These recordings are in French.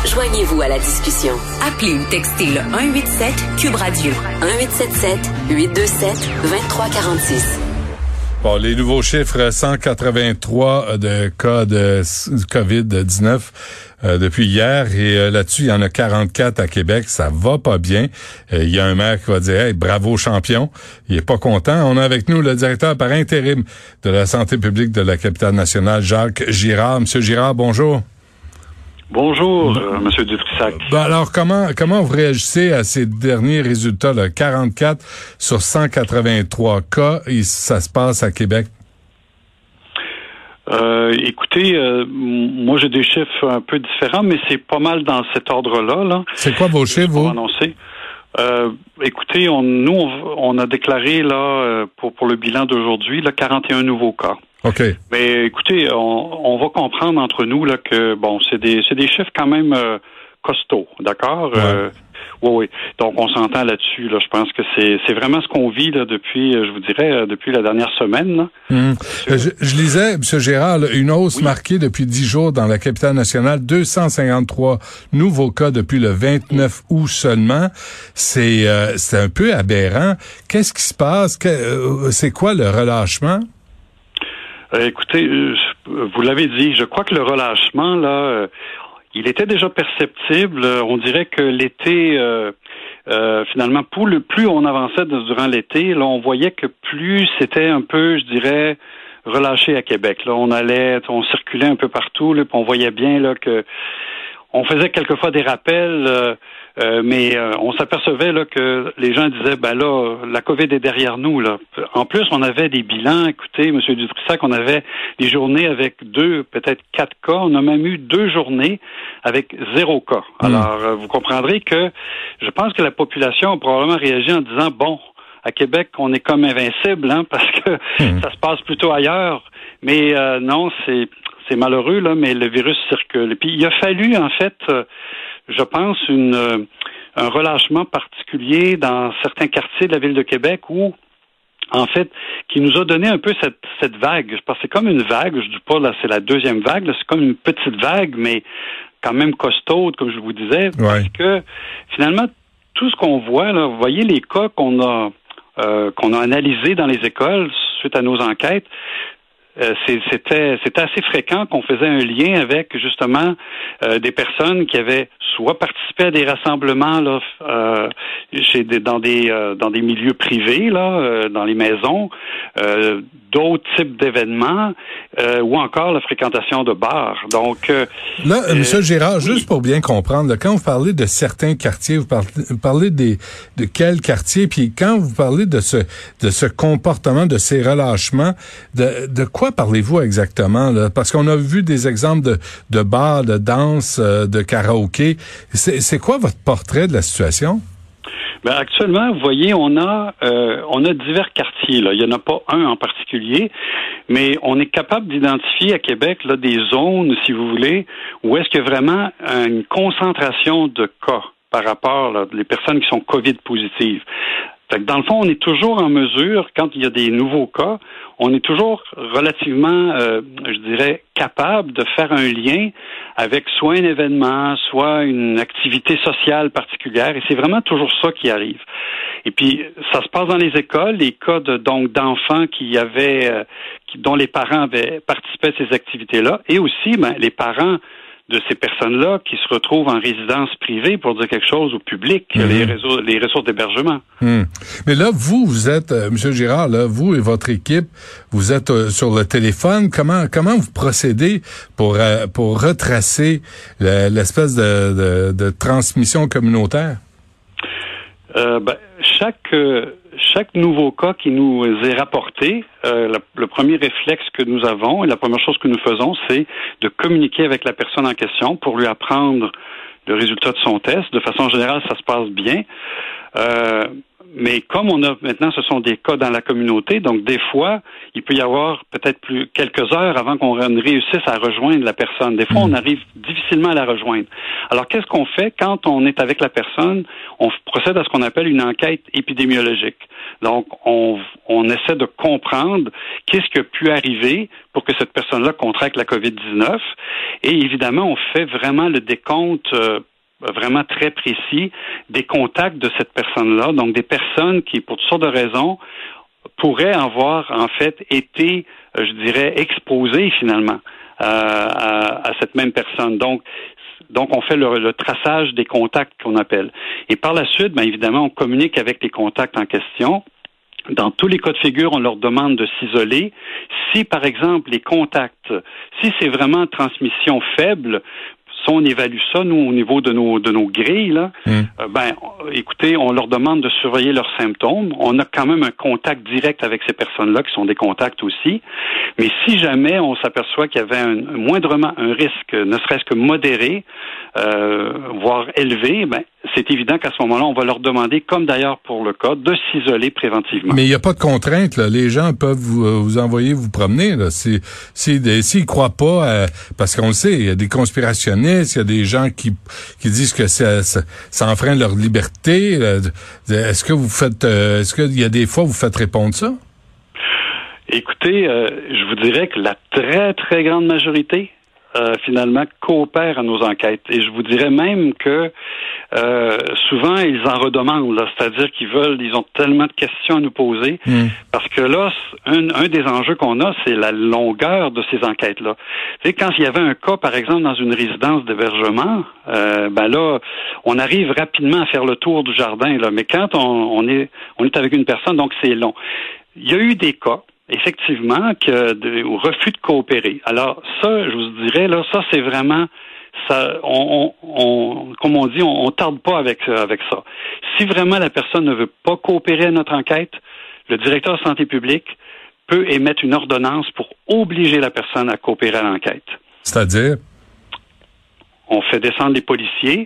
Joignez-vous à la discussion. Appelez ou textez le 187 Cube Radio 1877-827-2346. Bon, les nouveaux chiffres, 183 de cas de COVID-19 depuis hier. Et là-dessus, il y en a 44 à Québec. Ça va pas bien. Il y a un maire qui va dire « Hey, bravo champion ». Il est pas content. On a avec nous le directeur par intérim de la santé publique de la capitale nationale, Jacques Girard. Monsieur Girard, bonjour. Bonjour, Monsieur Dutrissac. Alors, comment vous réagissez à ces derniers résultats, là, 44 sur 183 cas, et ça se passe à Québec? Écoutez, moi j'ai des chiffres un peu différents, mais c'est pas mal dans cet ordre-là. Là. C'est quoi vos chiffres, vous? Annoncé. Écoutez, on a déclaré là pour le bilan d'aujourd'hui là 41 nouveaux cas. OK. Mais écoutez, on va comprendre entre nous là que bon, c'est des chiffres quand même costauds, d'accord? Ouais. Oui. Donc on s'entend là-dessus. Là, je pense que c'est vraiment ce qu'on vit là depuis, je vous dirais, depuis la dernière semaine. Là. Je lisais, M. Girard, là, une hausse marquée depuis 10 jours dans la capitale nationale, 253 nouveaux cas depuis le 29 août seulement. C'est un peu aberrant. Qu'est-ce qui se passe? C'est quoi le relâchement? Écoutez, vous l'avez dit, je crois que le relâchement, là, il était déjà perceptible. On dirait que l'été, finalement, plus on avançait durant l'été, là, on voyait que plus c'était un peu, je dirais, relâché à Québec. Là, on circulait un peu partout, là, puis on voyait bien là que on faisait quelquefois des rappels, mais on s'apercevait là que les gens disaient ben là, la COVID est derrière nous là. En plus, on avait des bilans. Écoutez, M. Dutrissac, on avait des journées avec 2, peut-être 4 cas. On a même eu 2 journées avec 0 cas. Alors, vous comprendrez que je pense que la population a probablement réagi en disant bon, à Québec, on est comme invincible, hein, parce que ça se passe plutôt ailleurs. Mais non, c'est malheureux, là, mais le virus circule. Et puis, il a fallu, en fait, je pense, un relâchement particulier dans certains quartiers de la ville de Québec où, en fait, qui nous a donné un peu cette vague. Je pense que c'est comme une vague, je dis pas, là, c'est la deuxième vague, là, c'est comme une petite vague, mais quand même costaude, comme je vous disais, parce que, finalement, tout ce qu'on voit, là, vous voyez les cas qu'on a analysés dans les écoles suite à nos enquêtes, c'était assez fréquent qu'on faisait un lien avec justement des personnes qui avaient soit participé à des rassemblements là dans des milieux privés là dans les maisons, d'autres types d'événements ou encore la fréquentation de bars. Donc là, M. Girard, juste pour bien comprendre, là, quand vous parlez de certains quartiers, vous parlez de quel quartier, puis quand vous parlez de ce comportement, de ces relâchements, de quoi parlez-vous exactement, là? Parce qu'on a vu des exemples de bars, de danse, de karaoké. C'est quoi votre portrait de la situation? Ben actuellement, vous voyez, on a divers quartiers. Là. Il n'y en a pas un en particulier, mais on est capable d'identifier à Québec là, des zones, si vous voulez, où est-ce qu'il y a vraiment une concentration de cas par rapport là, les personnes qui sont COVID positives. Fait que dans le fond, on est toujours en mesure, quand il y a des nouveaux cas, on est toujours relativement, je dirais, capable de faire un lien avec soit un événement, soit une activité sociale particulière, et c'est vraiment toujours ça qui arrive. Et puis, ça se passe dans les écoles, les cas d'enfants dont les parents avaient participé à ces activités-là, et aussi, les parents de ces personnes-là qui se retrouvent en résidence privée, pour dire quelque chose, au public, les ressources d'hébergement. Mais là, vous êtes, M. Girard, là, vous et votre équipe, vous êtes sur le téléphone. Comment vous procédez pour retracer l'espèce de transmission communautaire? Chaque nouveau cas qui nous est rapporté, le premier réflexe que nous avons et la première chose que nous faisons, c'est de communiquer avec la personne en question pour lui apprendre le résultat de son test. De façon générale, ça se passe bien. Mais comme on a maintenant, ce sont des cas dans la communauté, donc des fois, il peut y avoir peut-être plus quelques heures avant qu'on réussisse à rejoindre la personne. Des fois, on arrive difficilement à la rejoindre. Alors, qu'est-ce qu'on fait quand on est avec la personne? On procède à ce qu'on appelle une enquête épidémiologique. Donc, on essaie de comprendre qu'est-ce qui a pu arriver pour que cette personne-là contracte la COVID-19. Et évidemment, on fait vraiment le décompte vraiment très précis des contacts de cette personne-là, donc des personnes qui, pour toutes sortes de raisons, pourraient avoir en fait été, je dirais, exposées finalement à cette même personne. Donc on fait le traçage des contacts qu'on appelle. Et par la suite, bien évidemment, on communique avec les contacts en question. Dans tous les cas de figure, on leur demande de s'isoler. Si, par exemple, les contacts, si c'est vraiment transmission faible, si on évalue ça, nous, au niveau de nos grilles, là, écoutez, on leur demande de surveiller leurs symptômes. On a quand même un contact direct avec ces personnes-là, qui sont des contacts aussi. Mais si jamais on s'aperçoit qu'il y avait moindrement un risque, ne serait-ce que modéré, voire élevé, c'est évident qu'à ce moment-là, on va leur demander, comme d'ailleurs pour le cas, de s'isoler préventivement. Mais il n'y a pas de contrainte, là. Les gens peuvent vous envoyer vous promener, là. S'ils croient pas, parce qu'on le sait, il y a des conspirationnistes, il y a des gens qui disent que ça enfreint leur liberté. Est-ce qu'il y a des fois où vous faites répondre ça? Écoutez, je vous dirais que la très, très grande majorité, finalement, coopèrent à nos enquêtes. Et je vous dirais même que souvent, ils en redemandent, là, c'est-à-dire ils ont tellement de questions à nous poser, parce que là, un des enjeux qu'on a, c'est la longueur de ces enquêtes-là. Tu sais, quand il y avait un cas, par exemple, dans une résidence d'hébergement, là, on arrive rapidement à faire le tour du jardin, là, mais quand on est avec une personne, donc c'est long. Il y a eu des cas, effectivement, au refus de coopérer. Alors, ça, je vous dirais, là, ça, c'est vraiment, ça, comme on dit, on tarde pas avec ça. Si vraiment la personne ne veut pas coopérer à notre enquête, le directeur de santé publique peut émettre une ordonnance pour obliger la personne à coopérer à l'enquête. C'est-à-dire? On fait descendre les policiers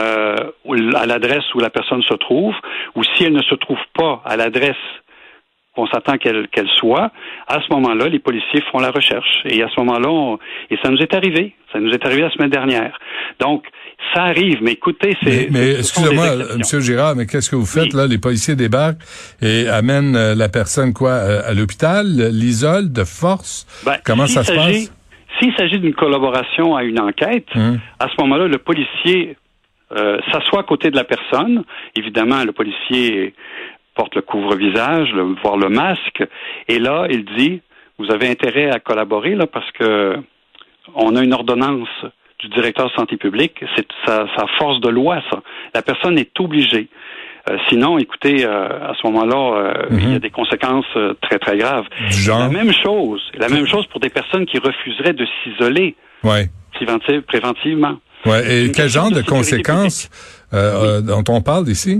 à l'adresse où la personne se trouve, ou si elle ne se trouve pas à l'adresse qu'on s'attend qu'elle soit, à ce moment-là, les policiers font la recherche. Et à ce moment-là, et ça nous est arrivé. Ça nous est arrivé la semaine dernière. Donc, ça arrive, mais écoutez, Mais excusez-moi, M. Girard, mais qu'est-ce que vous faites, là? Les policiers débarquent et amènent la personne, à l'hôpital, l'isolent de force? Comment ça se passe? S'il s'agit d'une collaboration à une enquête, à ce moment-là, le policier s'assoit à côté de la personne. Évidemment, le policier porte le couvre-visage, voire le masque, et là, il dit, vous avez intérêt à collaborer, là, parce que on a une ordonnance du directeur de santé publique, c'est sa force de loi, ça. La personne est obligée. Sinon, écoutez, à ce moment-là, il y a des conséquences très, très graves. Du genre? La même chose pour des personnes qui refuseraient de s'isoler préventivement. Ouais. Et quel genre de conséquences dont on parle ici?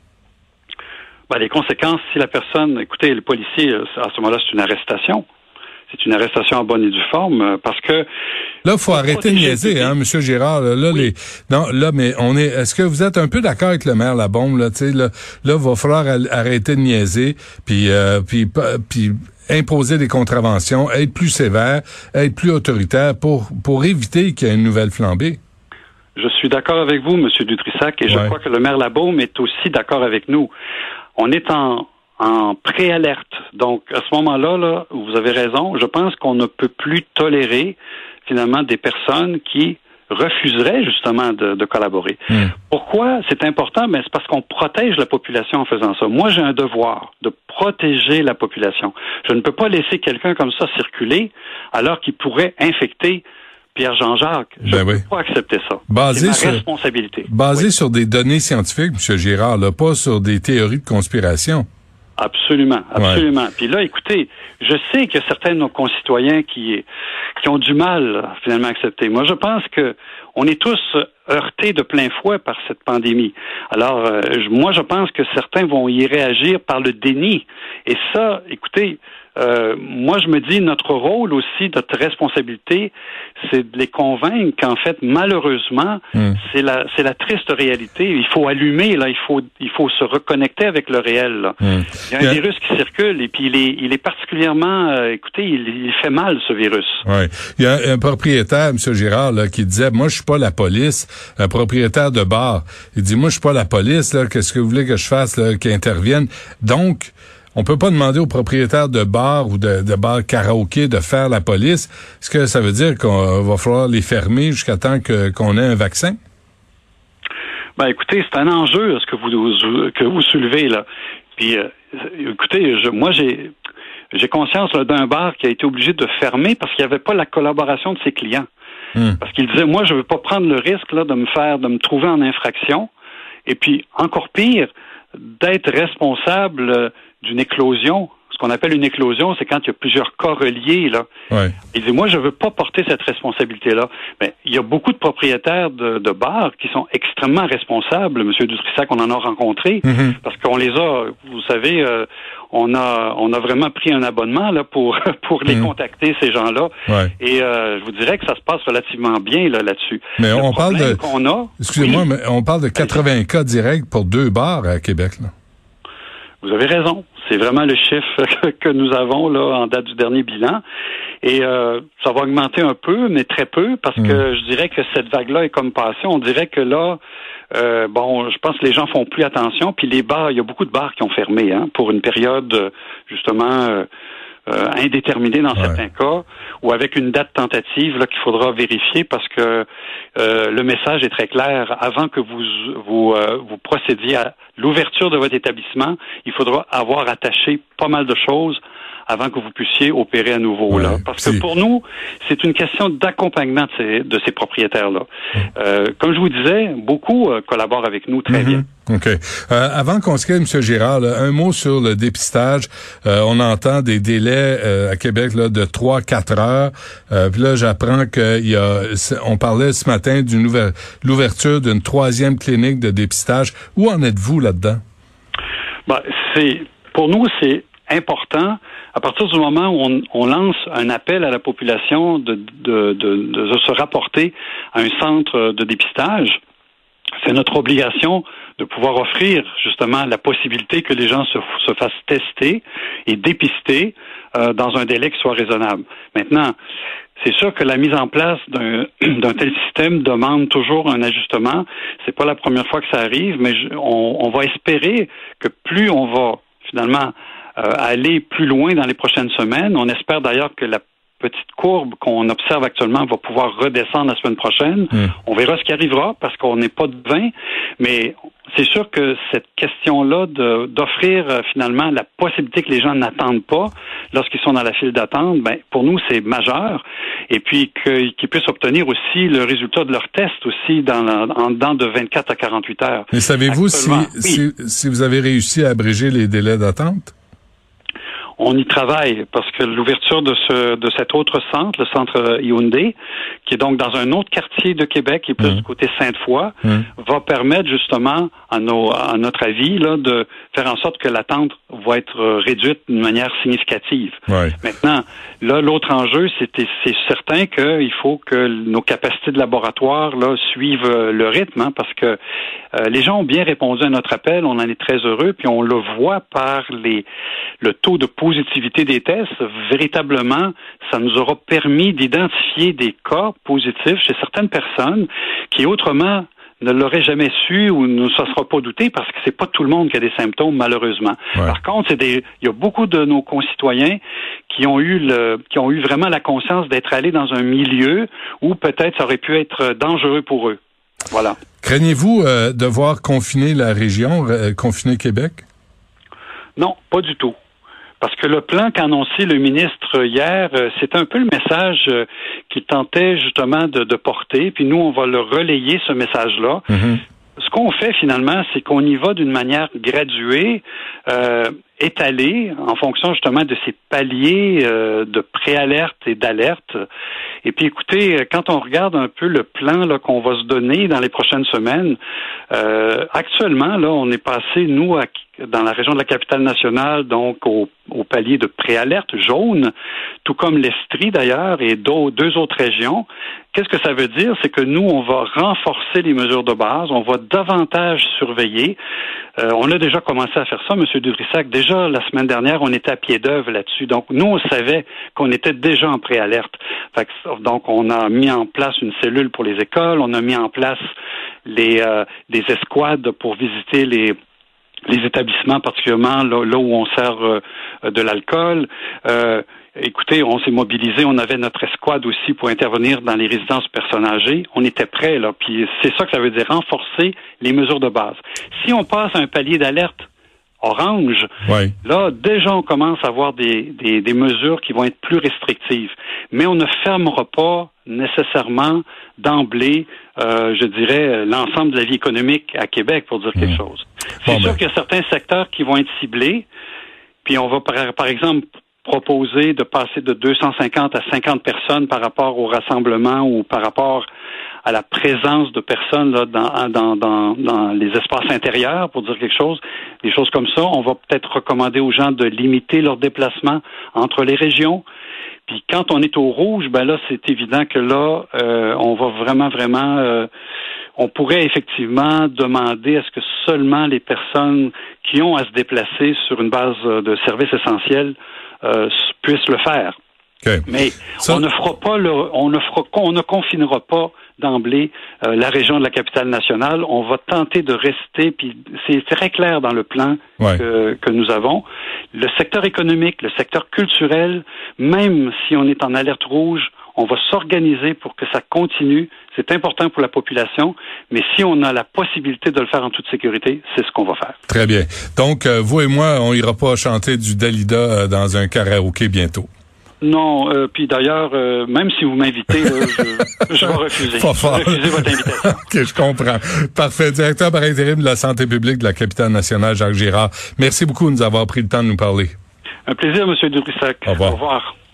Les conséquences, si la personne, écoutez, le policier, à ce moment-là, c'est une arrestation. C'est une arrestation en bonne et due forme, parce que... Là, faut arrêter de niaiser, hein, M. Girard. Mais est-ce que vous êtes un peu d'accord avec le maire Labombe, là, tu sais, là, va falloir arrêter de niaiser, puis imposer des contraventions, être plus sévère, être plus autoritaire pour éviter qu'il y ait une nouvelle flambée? Je suis d'accord avec vous, M. Dutrissac, et je crois que le maire Labaume est aussi d'accord avec nous. On est en préalerte. Donc, à ce moment-là, là, vous avez raison, je pense qu'on ne peut plus tolérer, finalement, des personnes qui refuseraient, justement, de collaborer. Pourquoi c'est important? C'est parce qu'on protège la population en faisant ça. Moi, j'ai un devoir de protéger la population. Je ne peux pas laisser quelqu'un comme ça circuler alors qu'il pourrait infecter Pierre-Jean-Jacques. Je ne peux pas accepter ça. C'est ma responsabilité. Basé sur des données scientifiques, M. Girard, là, pas sur des théories de conspiration. Absolument. Puis là, écoutez, je sais qu'il y a certains de nos concitoyens qui ont du mal, finalement, à accepter. Moi, je pense que on est tous heurtés de plein fouet par cette pandémie. Alors, moi, je pense que certains vont y réagir par le déni. Et ça, écoutez, moi, je me dis, notre rôle aussi, notre responsabilité, c'est de les convaincre qu'en fait, malheureusement, c'est la triste réalité. Il faut allumer, là, il faut se reconnecter avec le réel, là. Il y a un virus qui circule et puis il est particulièrement, écoutez, il fait mal, ce virus. Ouais. Il y a un propriétaire, M. Girard, là, qui disait, moi, je suis pas la police, un propriétaire de bar. Il dit, moi, je suis pas la police, là, qu'est-ce que vous voulez que je fasse, là, qui intervienne? Donc, on peut pas demander aux propriétaires de bars ou de bars karaoké de faire la police. Est-ce que ça veut dire qu'on va falloir les fermer jusqu'à temps qu'on ait un vaccin? Ben, écoutez, c'est un enjeu, ce que vous soulevez, là. Puis, écoutez, moi, j'ai conscience là, d'un bar qui a été obligé de fermer parce qu'il n'y avait pas la collaboration de ses clients. Parce qu'il disait, moi, je veux pas prendre le risque là de me trouver en infraction. Et puis, encore pire, d'être responsable d'une éclosion. Ce qu'on appelle une éclosion, c'est quand il y a plusieurs cas reliés, là. Ouais. Il dit, moi, je veux pas porter cette responsabilité-là. Mais il y a beaucoup de propriétaires de bars qui sont extrêmement responsables. Monsieur Dutrissac, on en a rencontré, parce qu'on les a, vous savez, on a vraiment pris un abonnement, là, pour les contacter, ces gens-là. Ouais. Et, je vous dirais que ça se passe relativement bien, là-dessus. Mais on parle excusez-moi, mais on parle de 80 cas directs pour 2 bars à Québec, là. Vous avez raison. C'est vraiment le chiffre que nous avons là en date du dernier bilan. Et ça va augmenter un peu, mais très peu, parce que je dirais que cette vague-là est comme passée. On dirait que là, je pense que les gens font plus attention. Puis les bars, il y a beaucoup de bars qui ont fermé, hein, pour une période justement indéterminée dans certains cas, ou avec une date tentative là qu'il faudra vérifier, parce que le message est très clair. Avant que vous procédiez à l'ouverture de votre établissement, il faudra avoir attaché pas mal de choses avant que vous puissiez opérer à nouveau, là. Parce que pour nous, c'est une question d'accompagnement de ces propriétaires-là. Comme je vous disais, beaucoup collaborent avec nous très bien. OK. Avant qu'on se quitte, M. Girard, là, un mot sur le dépistage. On entend des délais à Québec là, de 3-4 heures. Puis là, j'apprends on parlait ce matin d'une l'ouverture d'une 3e clinique de dépistage. Où en êtes-vous là-dedans? Pour nous, c'est important. À partir du moment où on lance un appel à la population de se rapporter à un centre de dépistage, c'est notre obligation de pouvoir offrir justement la possibilité que les gens se fassent tester et dépister dans un délai qui soit raisonnable. Maintenant, c'est sûr que la mise en place d'un tel système demande toujours un ajustement. C'est pas la première fois que ça arrive, mais on va espérer que plus on va finalement aller plus loin dans les prochaines semaines. On espère d'ailleurs que la petite courbe qu'on observe actuellement va pouvoir redescendre la semaine prochaine. On verra ce qui arrivera parce qu'on n'est pas devin, mais c'est sûr que cette question-là d'offrir finalement la possibilité que les gens n'attendent pas lorsqu'ils sont dans la file d'attente, pour nous c'est majeur. Et puis qu'ils puissent obtenir aussi le résultat de leur test aussi en dedans de 24 à 48 heures. Mais savez-vous si vous avez réussi à abréger les délais d'attente? On y travaille parce que l'ouverture de cet autre centre, le centre Hyundai, qui est donc dans un autre quartier de Québec, qui est plus du côté Sainte-Foy, va permettre justement, à notre avis, là, de faire en sorte que l'attente va être réduite d'une manière significative. Ouais. Maintenant, là, l'autre enjeu, c'est certain qu'il faut que nos capacités de laboratoire là suivent le rythme, hein, parce que les gens ont bien répondu à notre appel, on en est très heureux, puis on le voit par le taux de positivité des tests. Véritablement, ça nous aura permis d'identifier des cas positifs chez certaines personnes qui autrement ne l'auraient jamais su ou ne se sera pas douté parce que c'est pas tout le monde qui a des symptômes, malheureusement. Ouais. Par contre, il y a beaucoup de nos concitoyens qui ont eu vraiment la conscience d'être allés dans un milieu où peut-être ça aurait pu être dangereux pour eux. Voilà. Craignez-vous devoir confiner la région, confiner Québec? Non, pas du tout. Parce que le plan qu'a annoncé le ministre hier, c'est un peu le message qu'il tentait justement de porter. Puis nous, on va le relayer, ce message-là. Ce qu'on fait finalement, c'est qu'on y va d'une manière graduée étalé en fonction justement de ces paliers de préalerte et d'alerte. Et puis écoutez, quand on regarde un peu le plan là, qu'on va se donner dans les prochaines semaines, actuellement, là, on est passé, nous, dans la région de la Capitale-Nationale, donc au palier de préalerte jaune, tout comme l'Estrie d'ailleurs, et deux autres régions. Qu'est-ce que ça veut dire? C'est que nous, on va renforcer les mesures de base, on va davantage surveiller. On a déjà commencé à faire ça, M. Dubrissac. Déjà, la semaine dernière, on était à pied d'œuvre là-dessus. Donc, nous, on savait qu'on était déjà en préalerte. Donc, on a mis en place une cellule pour les écoles, on a mis en place des escouades pour visiter les établissements, particulièrement là où on sert de l'alcool. Écoutez, on s'est mobilisé, on avait notre escouade aussi pour intervenir dans les résidences personnes âgées. On était prêts, là, puis c'est ça que ça veut dire, renforcer les mesures de base. Si on passe à un palier d'alerte orange, ouais. Là, déjà, on commence à avoir des mesures qui vont être plus restrictives. Mais on ne fermera pas nécessairement d'emblée, je dirais, l'ensemble de la vie économique à Québec, pour dire quelque chose. C'est sûr qu'il y a certains secteurs qui vont être ciblés, puis on va, par exemple, proposer de passer de 250 à 50 personnes par rapport au rassemblement ou par rapport à la présence de personnes là, dans les espaces intérieurs, pour dire quelque chose, des choses comme ça. On va peut-être recommander aux gens de limiter leurs déplacements entre les régions. Puis quand on est au rouge, ben là, c'est évident que là, on va vraiment on pourrait effectivement demander à ce que seulement les personnes qui ont à se déplacer sur une base de services essentiels puissent le faire. Okay. Mais on ne confinera pas d'emblée la région de la Capitale-Nationale. On va tenter de rester, puis c'est très clair dans le plan que nous avons. Le secteur économique, le secteur culturel, même si on est en alerte rouge, on va s'organiser pour que ça continue. C'est important pour la population, mais si on a la possibilité de le faire en toute sécurité, c'est ce qu'on va faire. Très bien. Donc, vous et moi, on ira pas chanter du Dalida dans un karaoké bientôt. Non, puis d'ailleurs, même si vous m'invitez, je vais refuser. Je vais refuser votre invitation. OK, je comprends. Parfait. Directeur par intérim de la santé publique de la Capitale-Nationale, Jacques Girard. Merci beaucoup de nous avoir pris le temps de nous parler. Un plaisir, M. Dubrissac. Au revoir. Au revoir.